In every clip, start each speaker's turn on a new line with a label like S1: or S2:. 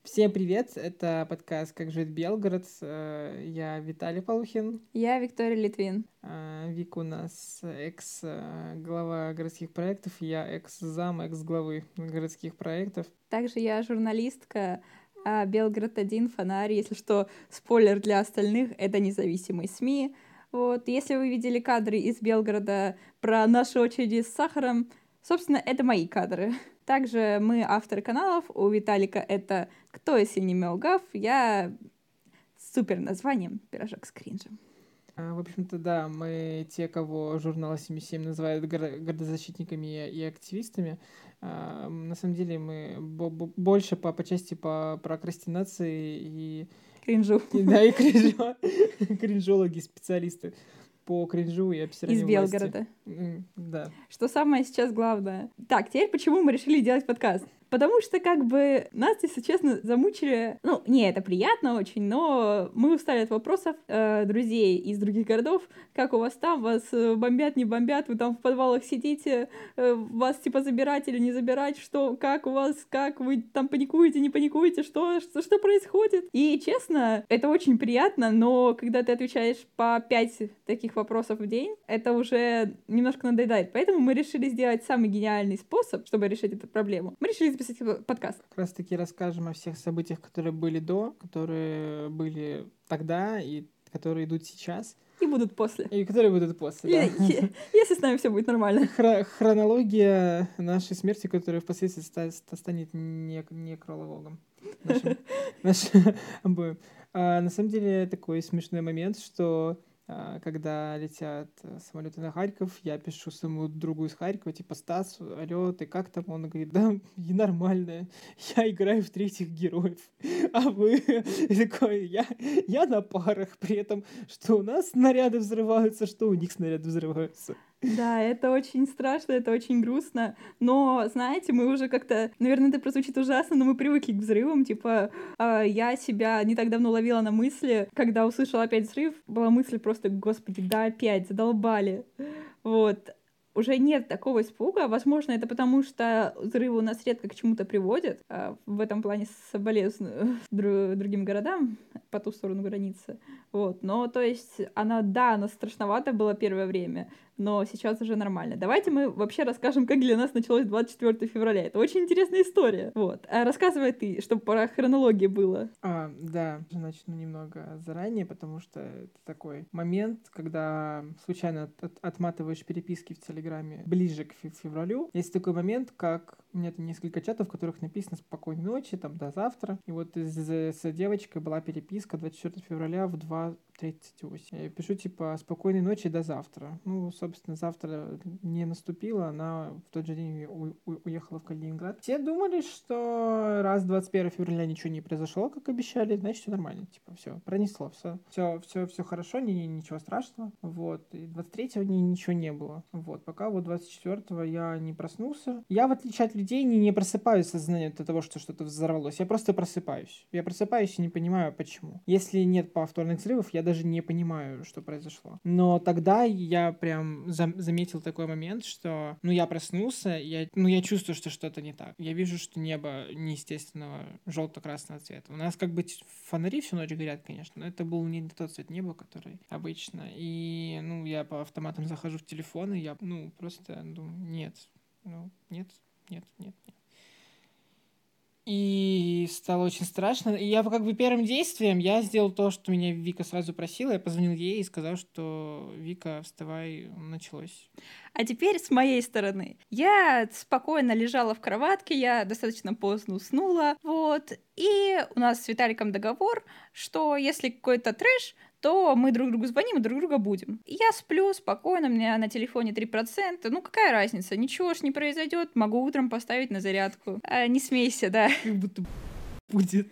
S1: Всем привет, это подкаст «Как жить Белгород». Я Виталий Полухин.
S2: Я Виктория Литвин.
S1: Вика у нас экс-глава городских проектов, я экс-зам, экс-главы городских проектов.
S2: Также я журналистка Белгород-1, Фонарь. Если что, спойлер для остальных, это независимые СМИ. Вот. Если вы видели кадры из Белгорода про наши очереди с сахаром, собственно, это мои кадры. Также мы авторы каналов. У Виталика это «Кто, если не Мелгав?». Я с супер названием «Пирожок с кринжем».
S1: В общем-то, да, мы те, кого журнал 77 называют городозащитниками и активистами. На самом деле мы больше по части по прокрастинации и...
S2: Кринжу.
S1: Да, и кринжологи, специалисты по кринжу и обсиранию
S2: Из Белгорода.
S1: Да.
S2: Что самое сейчас главное. Так, теперь почему мы решили делать подкаст? Потому что, как бы, нас, если честно, замучили... Ну, не, это приятно очень, но мы устали от вопросов друзей из других городов. Как у вас там? Вас бомбят, не бомбят? Вы там в подвалах сидите? Вас, типа, забирать или не забирать? Что? Как у вас? Как? Вы там паникуете, не паникуете? Что происходит? И, честно, это очень приятно, но когда ты отвечаешь по 5 таких вопросов в день, это уже немножко надоедает. Поэтому мы решили сделать самый гениальный способ, чтобы решить эту проблему. Мы решили записать подкаст.
S1: Как раз таки расскажем о всех событиях, которые были до, которые были тогда и которые идут сейчас.
S2: И будут после.
S1: И которые будут после, да.
S2: Если с нами все будет нормально.
S1: Хронология нашей смерти, которая впоследствии станет некрологом. Нашим обоим. На самом деле такой смешной момент, что когда летят самолеты на Харьков, я пишу своему другу из Харькова, типа, Стас, алло, ты как там? Он говорит, да, и нормально, я играю в третьих героев, а вы? И такой, я на парах, при этом, что у нас снаряды взрываются, что у них снаряды взрываются.
S2: Да, это очень страшно, это очень грустно, но, знаете, мы уже как-то, наверное, это прозвучит ужасно, но мы привыкли к взрывам, типа, я себя не так давно ловила на мысли, когда услышала опять взрыв, была мысль просто, господи, да опять, задолбали, вот. Уже нет такого испуга. Возможно, это потому, что взрывы у нас редко к чему-то приводят. В этом плане соболезную другим городам по ту сторону границы. Вот. Но, то есть, она страшновато было первое время, но сейчас уже нормально. Давайте мы вообще расскажем, как для нас началось 24 февраля. Это очень интересная история. Вот. Рассказывай ты, чтобы по хронологии было.
S1: Да, начну немного заранее, потому что это такой момент, когда случайно отматываешь переписки в Телеграме ближе к февралю. Есть такой момент, как у меня там несколько чатов, в которых написано «Спокойной ночи», там «До завтра». И вот с девочкой была переписка 24 февраля в 2:38. Я пишу, типа, «Спокойной ночи, до завтра». Ну, собственно, завтра не наступило, она в тот же день уехала в Калининград. Все думали, что раз 21 февраля ничего не произошло, как обещали, значит, все нормально. Типа, все, пронесло, все хорошо, ничего страшного. Вот. И 23-го ничего не было. Вот. Пока вот 24-го я не проснулся. Я, в отличие от людей, не просыпаюсь сознанием от того, что что-то взорвалось. Я просто просыпаюсь. Я просыпаюсь и не понимаю, почему. Если нет повторных взрывов, я даже не понимаю, что произошло. Но тогда я прям заметил такой момент, что, я проснулся, я чувствую, что что-то не так. Я вижу, что небо неестественного желто-красного цвета. У нас как бы фонари всю ночь горят, конечно, но это был не тот цвет неба, который обычно. И, я по автоматам захожу в телефон, и я, просто думаю, нет. Нет. И стало очень страшно. И я как бы первым действием я сделал то, что меня Вика сразу просила. Я позвонил ей и сказал, что Вика, вставай, началось.
S2: А теперь с моей стороны. Я спокойно лежала в кроватке, я достаточно поздно уснула, вот. И у нас с Виталиком договор, что если какой-то трэш, то мы друг другу звоним и друг друга будем. И я сплю спокойно, у меня на телефоне 3%. Ну, какая разница? Ничего ж не произойдет. Могу утром поставить на зарядку. Не смейся, да.
S1: Как будто будет.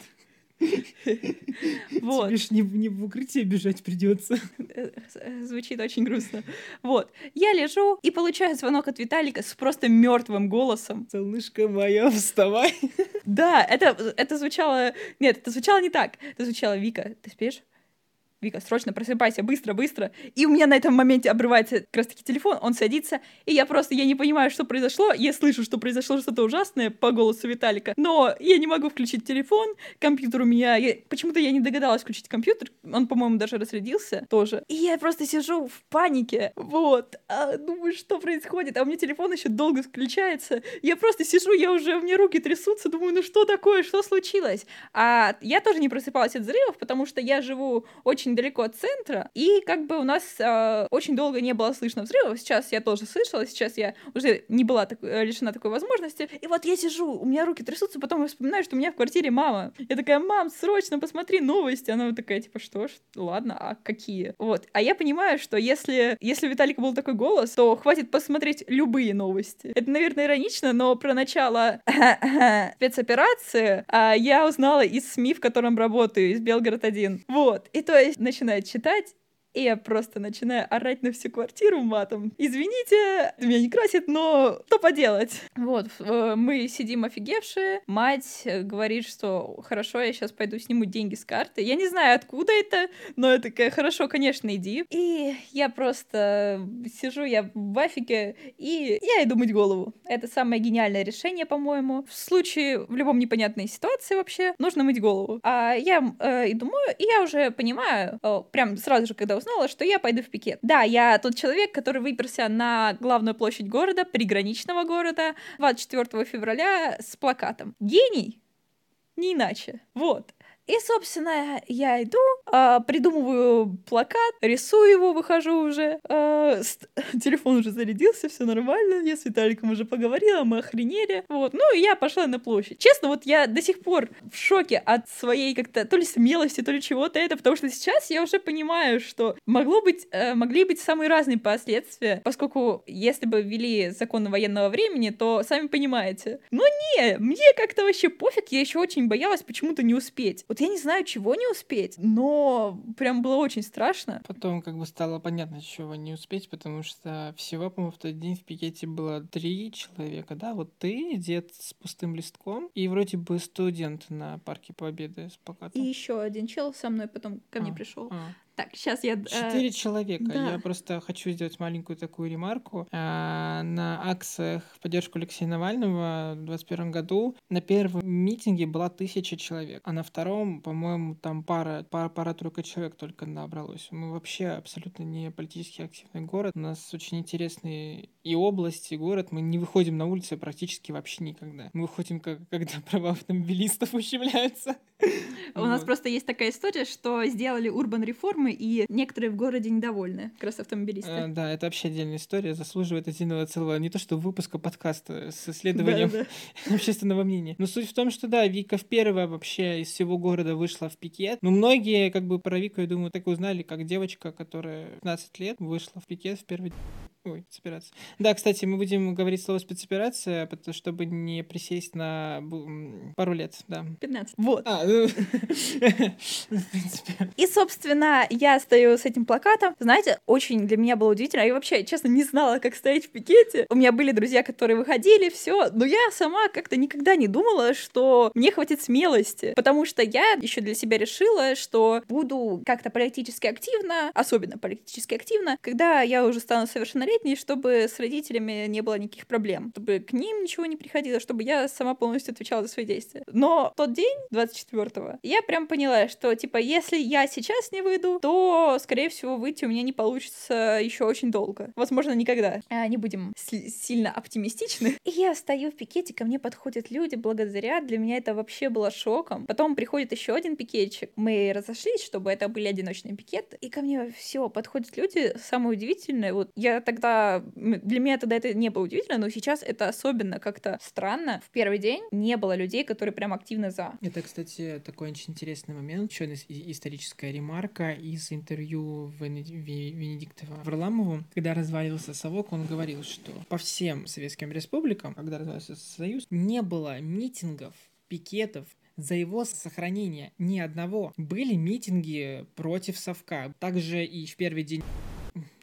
S2: Вот.
S1: Тебе ж не в укрытие бежать придется.
S2: Звучит очень грустно. Вот. Я лежу и получаю звонок от Виталика с просто мертвым голосом.
S1: Солнышко моя, вставай.
S2: Да, это звучало... Нет, это звучало не так. Это звучало: Вика, ты спишь? Вика, срочно просыпайся, быстро, быстро. И у меня на этом моменте обрывается как раз-таки телефон, он садится, и я не понимаю, что произошло. Я слышу, что произошло что-то ужасное по голосу Виталика, но я не могу включить телефон, компьютер у меня... Почему-то я не догадалась включить компьютер, он, по-моему, даже разрядился тоже. И я просто сижу в панике, вот, думаю, что происходит, а у меня телефон еще долго включается. Я просто сижу, у меня руки трясутся, думаю, ну что такое, что случилось? А я тоже не просыпалась от взрывов, потому что я живу очень далеко от центра, и как бы у нас очень долго не было слышно взрывов. Сейчас я тоже слышала, сейчас я уже не была лишена такой возможности. И вот я сижу, у меня руки трясутся, потом я вспоминаю, что у меня в квартире мама. Я такая: мам, срочно посмотри новости. Она вот такая, типа, что ж, ладно, а какие? Вот. А я понимаю, что если у Виталика был такой голос, то хватит посмотреть любые новости. Это, наверное, иронично, но про начало спецоперации я узнала из СМИ, в котором работаю, из Белгород-1. Вот. И то есть начинает читать, и я просто начинаю орать на всю квартиру матом. Извините, меня не красит, но что поделать? Вот, мы сидим офигевшие. Мать говорит, что хорошо, я сейчас пойду сниму деньги с карты. Я не знаю, откуда это, но я такая: хорошо, конечно, иди. И я просто сижу, я в афиге, и я иду мыть голову. Это самое гениальное решение, по-моему. В любом непонятной ситуации вообще нужно мыть голову. А я иду мою, и я уже понимаю, прям сразу же, когда узнала, что я пойду в пикет. Да, я тот человек, который выперся на главную площадь города, приграничного города, 24 февраля с плакатом. Гений? Не иначе. Вот. И, собственно, я иду, придумываю плакат, рисую его, выхожу уже. Телефон уже зарядился, все нормально. Я с Виталиком уже поговорила, мы охренели. Вот. Ну, и я пошла на площадь. Честно, вот я до сих пор в шоке от своей как-то то ли смелости, то ли чего-то это, потому что сейчас я уже понимаю, что могли быть самые разные последствия, поскольку если бы ввели закон военного времени, то сами понимаете. Но не, мне как-то вообще пофиг, я еще очень боялась почему-то не успеть. Вот я не знаю, чего не успеть, но прям было очень страшно.
S1: Потом как бы стало понятно, чего не успеть, потому что всего, по-моему, в тот день в пикете было 3 человека, да? Вот ты, дед с пустым листком, и вроде бы студент на Парке Победы с
S2: И
S1: плакатом.
S2: еще один чел со мной потом ко мне пришел. Так, сейчас я...
S1: 4 человека.
S2: да.
S1: Я просто хочу сделать маленькую такую ремарку. На акциях в поддержку Алексея Навального в 2021 году на первом митинге была 1000 человек, а на втором, по-моему, там пара-тройка человек только набралось. Мы вообще абсолютно не политически активный город. У нас очень интересные и области, и город. Мы не выходим на улицы практически вообще никогда. Мы выходим, когда права автомобилистов ущемляются.
S2: У нас просто есть такая история, что сделали урбан-реформы, и некоторые в городе недовольны, как раз автомобилисты.
S1: Да, это вообще отдельная история, заслуживает отдельного целого, не то что выпуска подкаста с исследованием общественного мнения. Но суть в том, что да, Вика первая вообще из всего города вышла в пикет. Но многие как бы про Вику, я думаю, так узнали, как девочка, которая 15 лет вышла в пикет в первый... Ой, спецоперация. Да, кстати, мы будем говорить слово спецоперация, чтобы не присесть на пару лет, да.
S2: 15. Вот.
S1: В принципе.
S2: И, собственно, я стою с этим плакатом. Знаете, очень для меня было удивительно. Я вообще, честно, не знала, как стоять в пикете. У меня были друзья, которые выходили, все, но я сама как-то никогда не думала, что мне хватит смелости, потому что я еще для себя решила, что буду как-то политически активна, особенно политически активна, когда я уже стану совершеннолетней, чтобы с родителями не было никаких проблем, чтобы к ним ничего не приходило, чтобы я сама полностью отвечала за свои действия. Но в тот день, 24-го, я прям поняла, что, типа, если я сейчас не выйду, то, скорее всего, выйти у меня не получится еще очень долго. Возможно, никогда. Не будем сильно оптимистичны. И я стою в пикете, ко мне подходят люди, благодарят. Для меня это вообще было шоком. Потом приходит еще один пикетчик. Мы разошлись, чтобы это были одиночные пикеты. И ко мне все подходят люди. Самое удивительное, вот я тогда... Для меня тогда это не было удивительно, но сейчас это особенно как-то странно. В первый день не было людей, которые прям активно за.
S1: Это, кстати, такой очень интересный момент. Еще одна историческая ремарка из интервью Венедиктова Варламову. Когда развалился Совок, он говорил, что по всем советским республикам, когда развалился Союз, не было митингов, пикетов за его сохранение. Ни одного. Были митинги против Совка. Также и в первый день...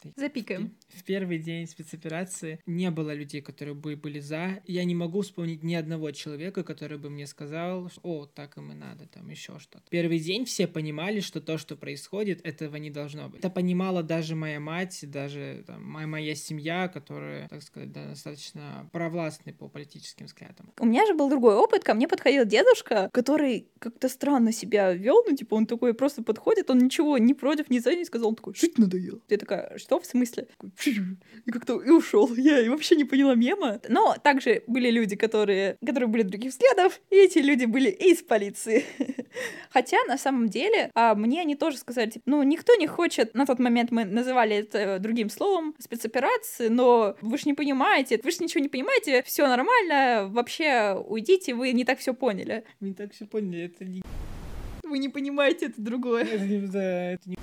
S1: этой.
S2: Запикаем.
S1: В первый день спецоперации не было людей, которые бы были за. Я не могу вспомнить ни одного человека, который бы мне сказал, что «О, так им и надо», там еще что-то. Первый день все понимали, что то, что происходит, этого не должно быть. Это понимала даже моя мать, даже там, моя семья, которая, так сказать, достаточно провластны по политическим взглядам.
S2: У меня же был другой опыт. Ко мне подходил дедушка, который как-то странно себя вел. Ну, типа, он такой просто подходит, он ничего не против, не за, не сказал. Он такой, жить надоело. Я такая, что в смысле? Такой, и как-то и ушел. Я и вообще не поняла мема. Но также были люди, которые были других взглядов, и эти люди были из полиции. Хотя, на самом деле, мне они тоже сказали, типа, ну, никто не хочет, на тот момент мы называли это другим словом, спецоперации, но вы же не понимаете, вы же ничего не понимаете, все нормально, вообще уйдите, вы не так все поняли.
S1: Вы не так все поняли, это не...
S2: Вы не понимаете, это другое.
S1: Это не... Это не...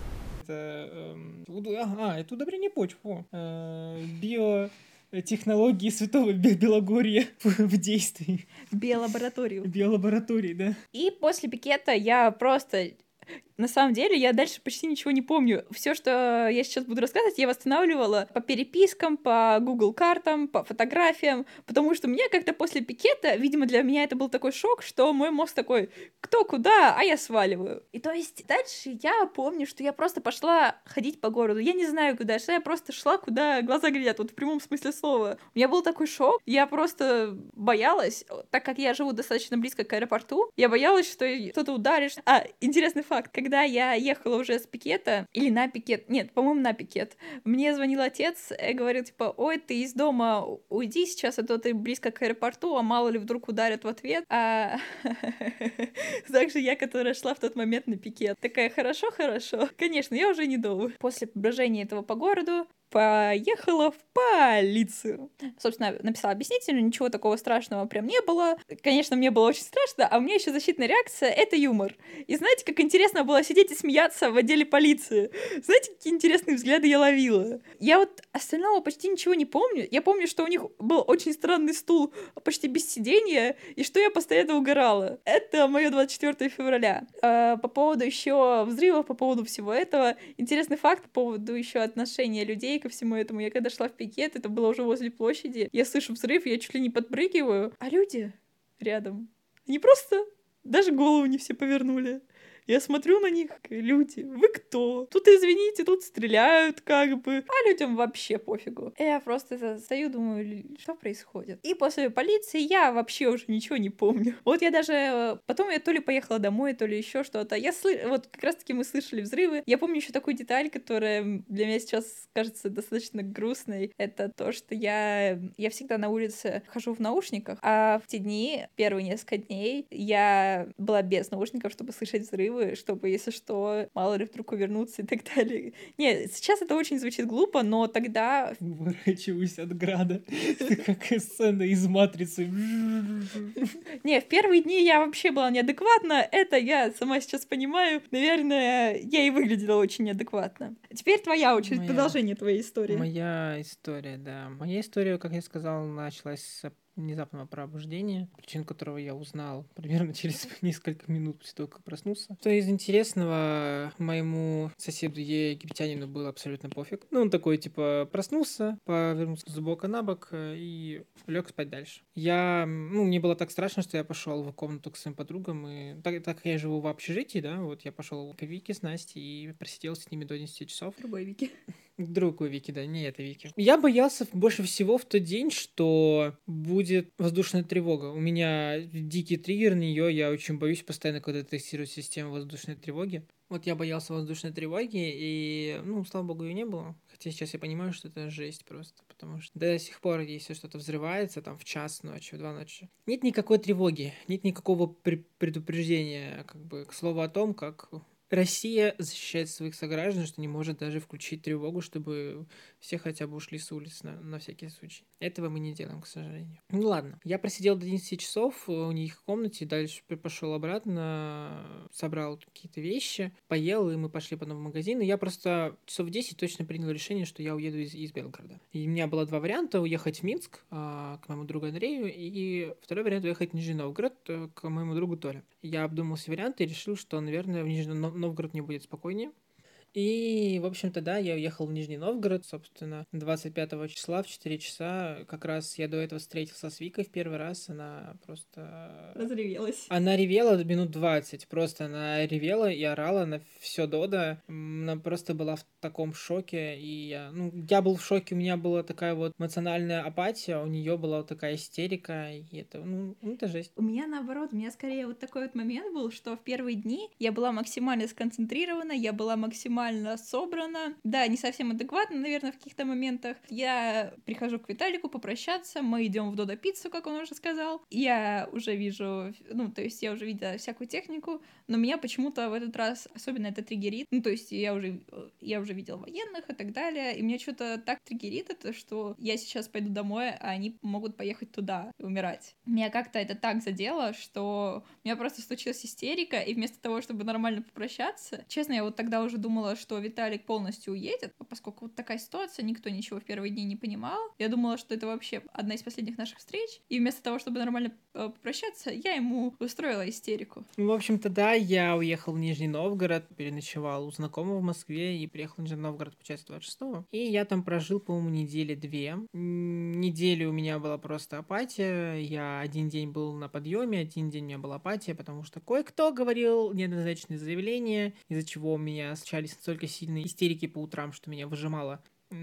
S1: Это удобрение почв. Биотехнологии Святого Белогорья в действии.
S2: Биолабораторию.
S1: Биолаборатории, да.
S2: И после пикета я просто... На самом деле, я дальше почти ничего не помню. Все, что я сейчас буду рассказывать, я восстанавливала по перепискам, по Google картам, по фотографиям, потому что мне как-то после пикета, видимо, для меня это был такой шок, что мой мозг такой, кто куда, а я сваливаю. И то есть дальше я помню, что я просто пошла ходить по городу. Я не знаю, куда шла, я просто шла, куда глаза глядят, вот в прямом смысле слова. У меня был такой шок, я просто боялась, так как я живу достаточно близко к аэропорту, я боялась, что кто-то ударит. Интересный факт, когда я ехала уже с пикета, или на пикет, нет, по-моему, на пикет, мне звонил отец и говорил, типа, ой, ты из дома уйди сейчас, а то ты близко к аэропорту, а мало ли вдруг ударят в ответ. Также я, которая шла в тот момент на пикет, такая, хорошо, конечно, я уже не дома. После брожения этого по городу поехала в полицию. Собственно, написала объяснительную, ничего такого страшного прям не было. Конечно, мне было очень страшно, а у меня еще защитная реакция — это юмор. И знаете, как интересно было сидеть и смеяться в отделе полиции? Знаете, какие интересные взгляды я ловила? Я вот остального почти ничего не помню. Я помню, что у них был очень странный стул почти без сидения, и что я постоянно угорала. Это мое 24 февраля. По поводу еще взрывов, по поводу всего этого, интересный факт по поводу еще отношения людей ко всему этому. Я когда шла в пикет, это было уже возле площади, я слышу взрыв, я чуть ли не подпрыгиваю, а люди рядом, они просто даже голову не все повернули. Я смотрю на них, люди, вы кто? Тут, извините, тут стреляют как бы, а людям вообще пофигу. Я просто стою, думаю, что происходит? И после полиции я вообще уже ничего не помню. Вот я даже... Потом я то ли поехала домой, то ли еще что-то. Вот как раз-таки мы слышали взрывы. Я помню еще такую деталь, которая для меня сейчас кажется достаточно грустной. Это то, что я всегда на улице хожу в наушниках, а в те дни, первые несколько дней, я была без наушников, чтобы слышать взрывы, чтобы, если что, мало ли вдруг увернуться и так далее. Нет, сейчас это очень звучит глупо, но тогда...
S1: Уворачиваюсь от града. Это как сцена из «Матрицы».
S2: Не, в первые дни я вообще была неадекватна. Это я сама сейчас понимаю. Наверное, я и выглядела очень неадекватно. Теперь твоя очередь, продолжение твоей истории.
S1: Моя история, да. Моя история, как я сказал, началась с внезапного пробуждения, причину которого я узнал примерно через несколько минут после того, как проснулся. Что из интересного, моему соседу египтянину было абсолютно пофиг. Ну, он такой, типа, проснулся, повернулся с бока на бок и лег спать дальше. Мне было так страшно, что я пошел в комнату к своим подругам, и так как я живу в общежитии, да, вот я пошел к Вике с Настей и просидел с ними до 10 часов.
S2: Другой Вики.
S1: Другой Вики, да, не этой Вики. Я боялся больше всего в тот день, что будет воздушная тревога. У меня дикий триггер на нее, я очень боюсь постоянно, когда тестирую систему воздушной тревоги. Вот я боялся воздушной тревоги, и, слава богу, ее не было. Хотя сейчас я понимаю, что это жесть просто, потому что до сих пор, если что-то взрывается, там, в час ночи, в 2 ночи, нет никакой тревоги, нет никакого предупреждения, к слову о том, как... Россия защищает своих сограждан, что не может даже включить тревогу, чтобы все хотя бы ушли с улиц на всякий случай. Этого мы не делаем, к сожалению. Ну ладно, я просидел до 11 часов у них в комнате, дальше пошел обратно, собрал какие-то вещи, поел, и мы пошли потом в магазин. И я просто часов в 10 точно принял решение, что я уеду из Белгорода. И у меня было 2 варианта: уехать в Минск к моему другу Андрею, и второй вариант — уехать в Нижний Новгород к моему другу Толе. Я обдумал все варианты и решил, что, наверное, в Нижний Новгород мне будет спокойнее. И, в общем-то, да, я уехал в Нижний Новгород, собственно, 25 числа в 4 часа. Как раз я до этого встретился с Викой в первый раз. Она просто...
S2: Разревелась.
S1: Она ревела минут 20. Просто она ревела и орала на все Додо. Она просто была в таком шоке. И я был в шоке. У меня была такая вот эмоциональная апатия. У нее была вот такая истерика. И это, это жесть.
S2: У меня наоборот, у меня скорее вот такой вот момент был, что в первые дни я была максимально сконцентрирована, я была максимально собрана. Да, не совсем адекватно, наверное, в каких-то моментах. Я прихожу к Виталику попрощаться, мы идем в Додо Пиццу, как он уже сказал. Я уже вижу, то есть я уже видела всякую технику, но меня почему-то в этот раз особенно это триггерит. То есть я уже видела военных и так далее, и мне что-то так триггерит это, что я сейчас пойду домой, а они могут поехать туда и умирать. Меня как-то это так задело, что у меня просто случилась истерика, и вместо того, чтобы нормально попрощаться, честно, я вот тогда уже думала, что Виталик полностью уедет, поскольку вот такая ситуация, никто ничего в первые дни не понимал. Я думала, что это вообще одна из последних наших встреч, и вместо того, чтобы нормально попрощаться, я ему устроила истерику.
S1: В общем-то, да, я уехал в Нижний Новгород, переночевал у знакомого в Москве и приехал в Нижний Новгород по части 26-го. И я там прожил, по-моему, недели 2. Неделю у меня была просто апатия. Я один день был на подъеме, один день у меня была апатия, потому что кое-кто говорил неоднозначные заявления, из-за чего у меня случались настолько сильные истерики по утрам, что меня выжимало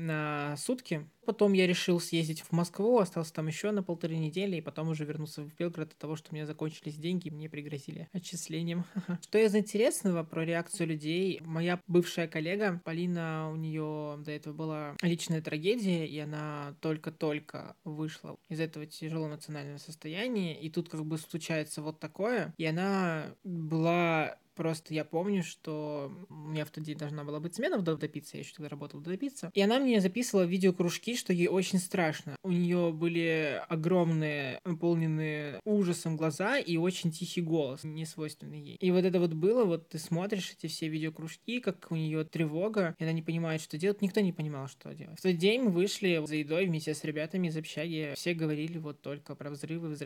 S1: на сутки. Потом я решил съездить в Москву, остался там еще на 1,5 недели, и потом уже вернулся в Белгород от того, что у меня закончились деньги, и мне пригрозили отчислением. Что из интересного про реакцию людей? Моя бывшая коллега Полина, у нее до этого была личная трагедия, и она только-только вышла из этого тяжелого эмоционального состояния, и тут как бы случается вот такое, и она была... Просто я помню, что у меня в тот день должна была быть смена в Додо Пицце, я еще тогда работал в Додо Пицце. И она мне записывала видеокружки, что ей очень страшно. У нее были огромные, наполненные ужасом глаза и очень тихий голос, не свойственный ей. И вот это вот было, вот ты смотришь эти все видеокружки, как у нее тревога, и она не понимает, что делать. Никто не понимал, что делать. В тот день мы вышли за едой вместе с ребятами из общаги. Все говорили вот только про взрывы.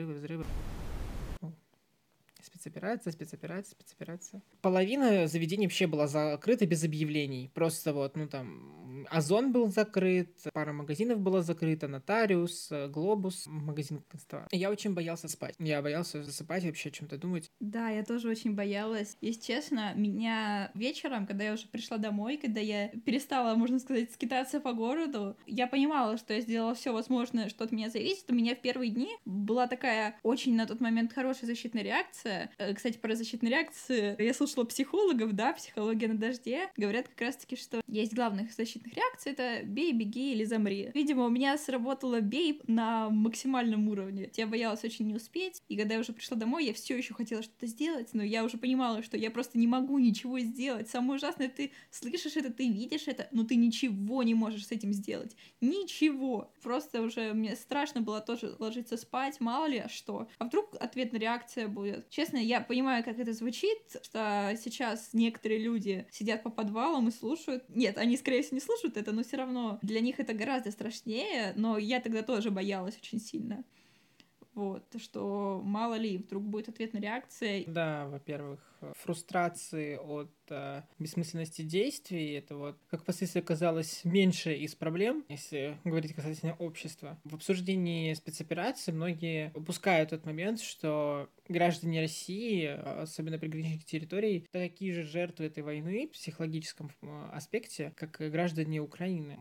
S1: Спецоперация. Половина заведений вообще была закрыта без объявлений. Просто вот, Озон был закрыт, пара магазинов была закрыта, Нотариус, Глобус, магазин конструктора. Я очень боялся спать. Я боялся засыпать и вообще о чем-то думать.
S2: Да, я тоже очень боялась. Если честно, меня вечером, когда я уже пришла домой, когда я перестала, можно сказать, скитаться по городу, я понимала, что я сделала все возможное, что от меня зависит. У меня в первые дни была такая очень на тот момент хорошая защитная реакция. Кстати, про защитные реакции я слушала психологов, да, «Психология на дожде». Говорят как раз-таки, что есть главных защитных реакций — это бей, беги или замри. Видимо, у меня сработало бей на максимальном уровне. Я боялась очень не успеть, и когда я уже пришла домой, я все еще хотела что-то сделать, но я уже понимала, что я просто не могу ничего сделать. Самое ужасное, ты слышишь это, ты видишь это, но ты ничего не можешь с этим сделать. Ничего. Просто уже мне страшно было тоже ложиться спать, мало ли что. А вдруг ответная реакция будет? Честно, я понимаю, как это звучит, что сейчас некоторые люди сидят по подвалам и слушают. Нет, они, скорее всего, не слушают это, но все равно для них это гораздо страшнее, но я тогда тоже боялась очень сильно. Вот, что мало ли, вдруг будет ответная реакция.
S1: Да, во-первых, фрустрации от бессмысленности действий, это вот, как впоследствии оказалось, меньше из проблем, если говорить касательно общества. В обсуждении спецоперации многие упускают тот момент, что граждане России, особенно приграничных территорий, такие же жертвы этой войны в психологическом аспекте, как и граждане Украины.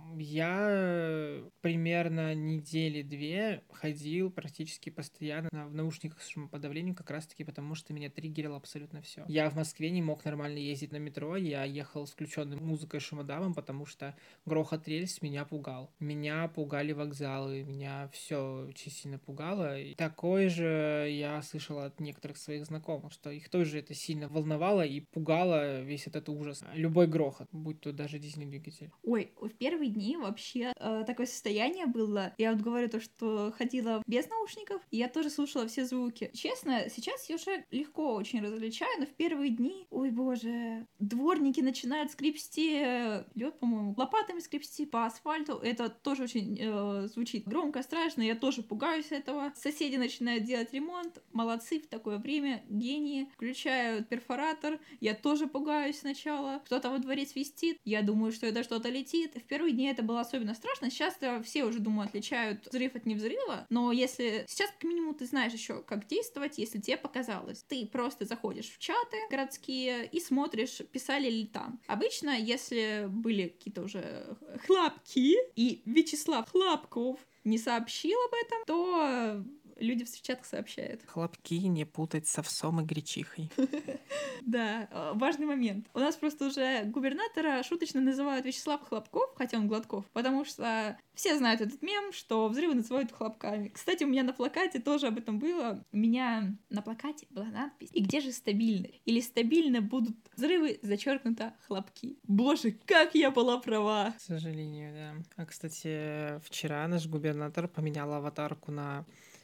S1: Я примерно недели 2 ходил практически постоянно в наушниках с шумоподавлением, как раз-таки потому, что меня триггерило абсолютно все. Я в Москве не мог нормально ездить на метро, я ехал с включенной музыкой и шумодавом, потому что грохот рельс меня пугал. Меня пугали вокзалы, меня все очень сильно пугало. И такое же я слышал от некоторых своих знакомых, что их тоже это сильно волновало и пугало весь этот ужас. Любой грохот, будь то даже дизельный двигатель.
S2: Ой, в первые дни вообще такое состояние было. Я вот говорю то, что ходила без наушников, и я тоже слушала все звуки. Честно, сейчас я уже легко очень различаю, но в первые дни, ой боже, дворники начинают скребсти лед, по-моему, лопатами скребсти по асфальту. Это тоже очень звучит громко, страшно, я тоже пугаюсь этого. Соседи начинают делать ремонт, молодцы, в такое время гении включают перфоратор, я тоже пугаюсь сначала, кто-то во дворе свистит, я думаю, что это что-то летит. В первые дни это было особенно страшно, сейчас-то все уже, думаю, отличают взрыв от невзрыва, но если сейчас, как минимум, ты знаешь еще, как действовать, если тебе показалось. Ты просто заходишь в чаты городские и смотришь, писали ли там. Обычно, если были какие-то уже хлопки, и Вячеслав Хлопков не сообщил об этом, то люди в чатах сообщают.
S1: Хлопки не путать с овсом и гречихой.
S2: Да, важный момент. У нас просто уже губернатора шуточно называют Вячеслав Хлопков, хотя он Гладков, потому что все знают этот мем, что взрывы называют хлопками. Кстати, у меня на плакате тоже об этом было. У меня на плакате была надпись «И где же стабильно?» Или «Стабильно будут взрывы, зачеркнуто хлопки». Боже, как я была права!
S1: К сожалению, да. А, кстати, вчера наш губернатор поменял аватарку на...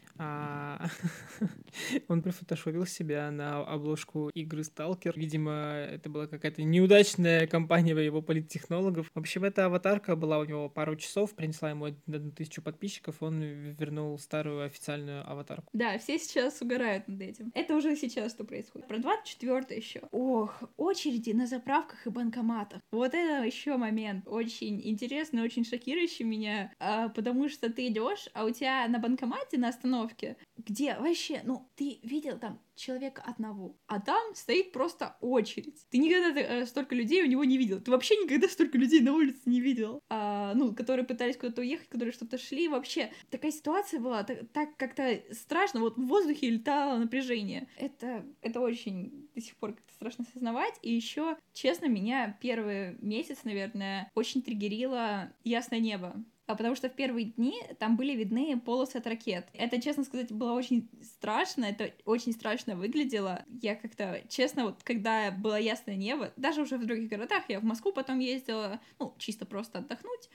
S1: Он профотошопил себя на обложку игры Сталкер. Видимо, это была какая-то неудачная кампания его политтехнологов. В общем, эта аватарка была у него пару часов, принесла ему 1000 подписчиков, он вернул старую официальную аватарку.
S2: Да, все сейчас угорают над этим. Это уже сейчас что происходит. Про 24 еще. Ох, очереди на заправках и банкоматах. Вот это еще момент очень интересный, очень шокирующий меня, потому что ты идешь, а у тебя на банкомате на остановке, где вообще, ну, ты видел там человека одного, а там стоит просто очередь. Ты никогда столько людей у него не видел. Ты вообще никогда столько людей на улице не видел. Ну, которые пытались куда-то уехать, которые что-то шли. Вообще, такая ситуация была, так как-то страшно. Вот в воздухе летало напряжение. Это очень до сих пор как-то страшно осознавать. И еще, честно, меня первый месяц, наверное, очень триггерило ясное небо. Потому что в первые дни там были видны полосы от ракет. Это, честно сказать, было очень страшно, это очень страшно выглядело. Я как-то, честно, вот когда было ясное небо, даже уже в других городах, я в Москву потом ездила, ну, чисто просто отдохнуть,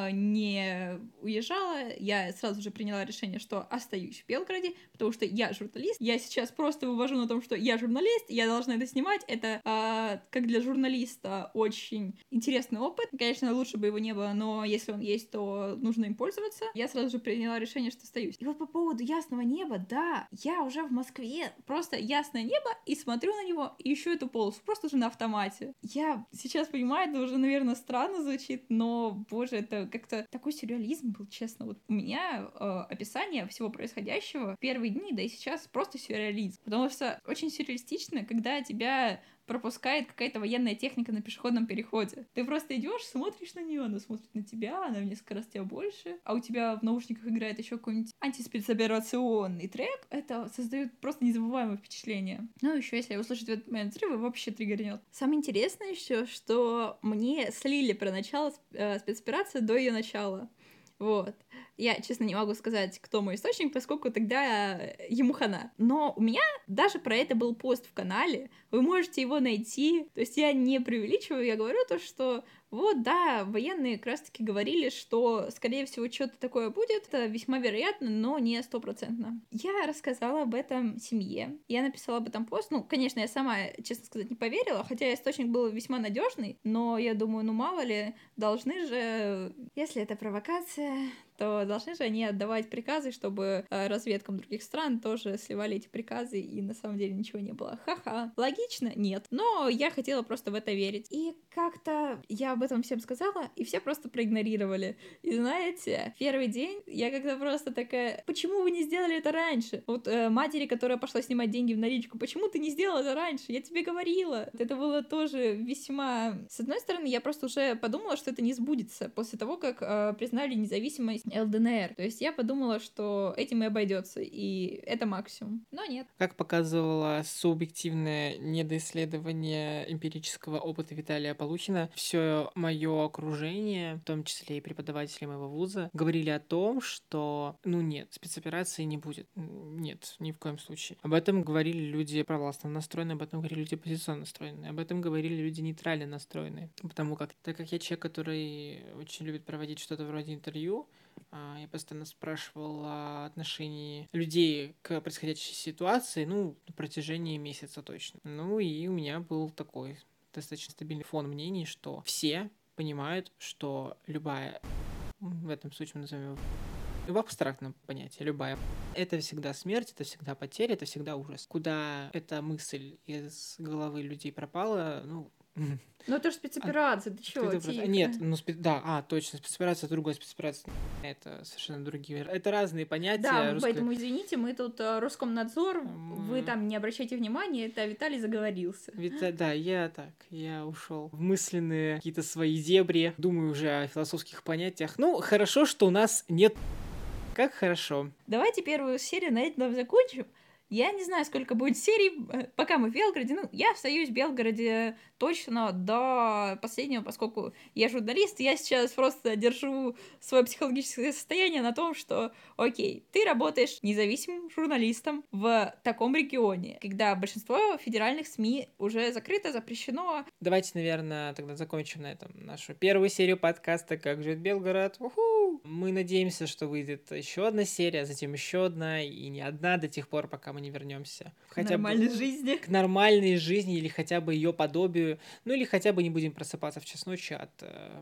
S2: не уезжала, я сразу же приняла решение, что остаюсь в Белгороде, потому что я журналист, я сейчас просто вывожу на том, что я журналист, я должна это снимать, это как для журналиста очень интересный опыт, конечно, лучше бы его не было, но если он есть, то нужно им пользоваться. Я сразу же приняла решение, что остаюсь. И вот по поводу ясного неба, да, я уже в Москве, просто ясное небо, и смотрю на него, и ищу эту полосу, просто уже на автомате. Я сейчас понимаю, это уже, наверное, странно звучит, но, боже, это как-то такой сюрреализм был, честно. Вот у меня описание всего происходящего в первые дни, да и сейчас просто сюрреализм. Потому что очень сюрреалистично, когда тебя пропускает какая-то военная техника на пешеходном переходе. Ты просто идешь, смотришь на нее, она смотрит на тебя, она в несколько раз тебя больше, а у тебя в наушниках играет еще какой-нибудь антиспецоперационный трек. Это создает просто незабываемое впечатление. Ну, еще если услышать в этот момент взрывы, вообще триггернет. Самое интересное еще, что мне слили про начало спецоперации до ее начала. Вот. Я, честно, не могу сказать, кто мой источник, поскольку тогда ему хана. Но у меня даже про это был пост в канале, вы можете его найти. То есть я не преувеличиваю, я говорю то, что вот, да, военные как раз-таки говорили, что, скорее всего, что-то такое будет. Это весьма вероятно, но не 100%. Я рассказала об этом семье. Я написала об этом пост. Ну, конечно, я сама, честно сказать, не поверила, хотя источник был весьма надежный, но я думаю, ну мало ли, должны же, если это провокация, то должны же они отдавать приказы, чтобы разведкам других стран тоже сливали эти приказы, и на самом деле ничего не было. Ха-ха. Логично? Нет. Но я хотела просто в это верить. И как-то я об этом всем сказала, и все просто проигнорировали. И знаете, первый день я как-то просто такая, почему вы не сделали это раньше? Вот матери, которая пошла снимать деньги в наличку, почему ты не сделала это раньше? Я тебе говорила. Это было тоже весьма... С одной стороны, я просто уже подумала, что это не сбудется после того, как признали независимость ЛДНР. То есть я подумала, что этим и обойдется, и это максимум. Но нет.
S1: Как показывало субъективное недоисследование эмпирического опыта Виталия Полухина, все мое окружение, в том числе и преподаватели моего вуза, говорили о том, что, ну нет, спецоперации не будет. Нет, ни в коем случае. Об этом говорили люди провластно настроенные, об этом говорили люди оппозиционно настроенные, об этом говорили люди нейтрально настроенные. Потому как, так как я человек, который очень любит проводить что-то вроде интервью, я постоянно спрашивал о отношении людей к происходящей ситуации, ну, на протяжении месяца точно. Ну, и у меня был такой достаточно стабильный фон мнений, что все понимают, что любая, в этом случае мы назовем В абстрактном понятии, любая. Это всегда смерть, это всегда потеря, это всегда ужас. Куда эта мысль из головы людей пропала, ну...
S2: Ну это же спецоперация, ты чё, тихо.
S1: Нет, ну да, точно, спецоперация, другая спецоперация. Это совершенно другие. Это разные понятия.
S2: Да, поэтому извините, мы тут Роскомнадзор, вы там не обращайте внимания, это Виталий заговорился.
S1: Да, я ушел в мысленные какие-то свои дебри, думаю уже о философских понятиях. Ну, хорошо, что у нас нет... Как хорошо.
S2: Давайте первую серию на этом закончим. Я не знаю, сколько будет серий, пока мы в Белгороде. Ну, я остаюсь в Белгороде точно до последнего, поскольку я журналист, я сейчас просто держу свое психологическое состояние на том, что, окей, ты работаешь независимым журналистом в таком регионе, когда большинство федеральных СМИ уже закрыто, запрещено.
S1: Давайте, наверное, тогда закончим на этом нашу первую серию подкаста «Как жить Белгород». Уху! Мы надеемся, что выйдет еще одна серия, затем еще одна, и не одна до тех пор, пока мы не вернемся
S2: К нормальной жизни.
S1: К нормальной жизни или хотя бы ее подобию. Ну или хотя бы не будем просыпаться в час ночи от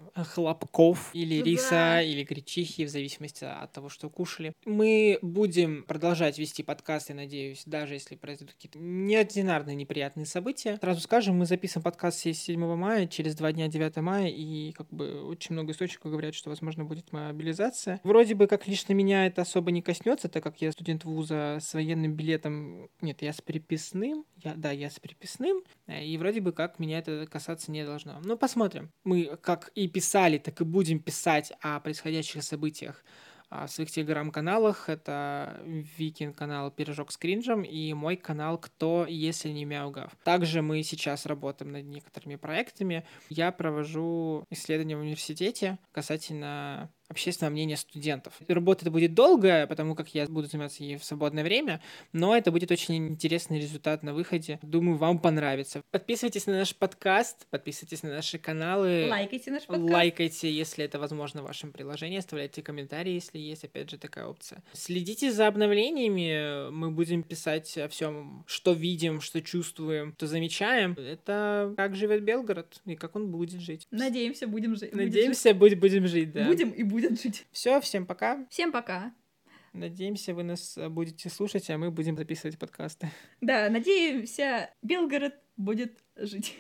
S1: хлопков или риса, или гречихи, в зависимости от того, что кушали. Мы будем продолжать вести подкасты, надеюсь, даже если произойдут какие-то неординарные неприятные события. Сразу скажем, мы записываем подкаст 7 мая, через 2 дня 9 мая, и как бы очень много источников говорят, что, возможно, будет мобилизация. Вроде бы как лично меня это особо не коснется, так как я студент вуза с военным билетом. Нет, я с переписным. Я с переписным. И вроде бы как меня это касаться не должно. Но посмотрим. Мы как и писали, так и будем писать о происходящих событиях в своих телеграм-каналах. Это Викин-канал «Пирожок с кринжем» и мой канал «Кто, если не Мяугав». Также мы сейчас работаем над некоторыми проектами. Я провожу исследования в университете касательно общественного мнения студентов. Работа это будет долгая, потому как я буду заниматься ей в свободное время, но это будет очень интересный результат на выходе. Думаю, вам понравится. Подписывайтесь на наш подкаст, подписывайтесь на наши каналы.
S2: Лайкайте наш подкаст.
S1: Лайкайте, если это возможно в вашем приложении, оставляйте комментарии, если есть, опять же, такая опция. Следите за обновлениями, мы будем писать о всем, что видим, что чувствуем, что замечаем. Это как живет Белгород и как он будет жить.
S2: Надеемся, будем жить.
S1: Надеемся, будем жить, да.
S2: Будем и будем жить.
S1: Все, всем пока.
S2: Всем пока.
S1: Надеемся, вы нас будете слушать, а мы будем записывать подкасты.
S2: Да, надеемся, Белгород будет жить.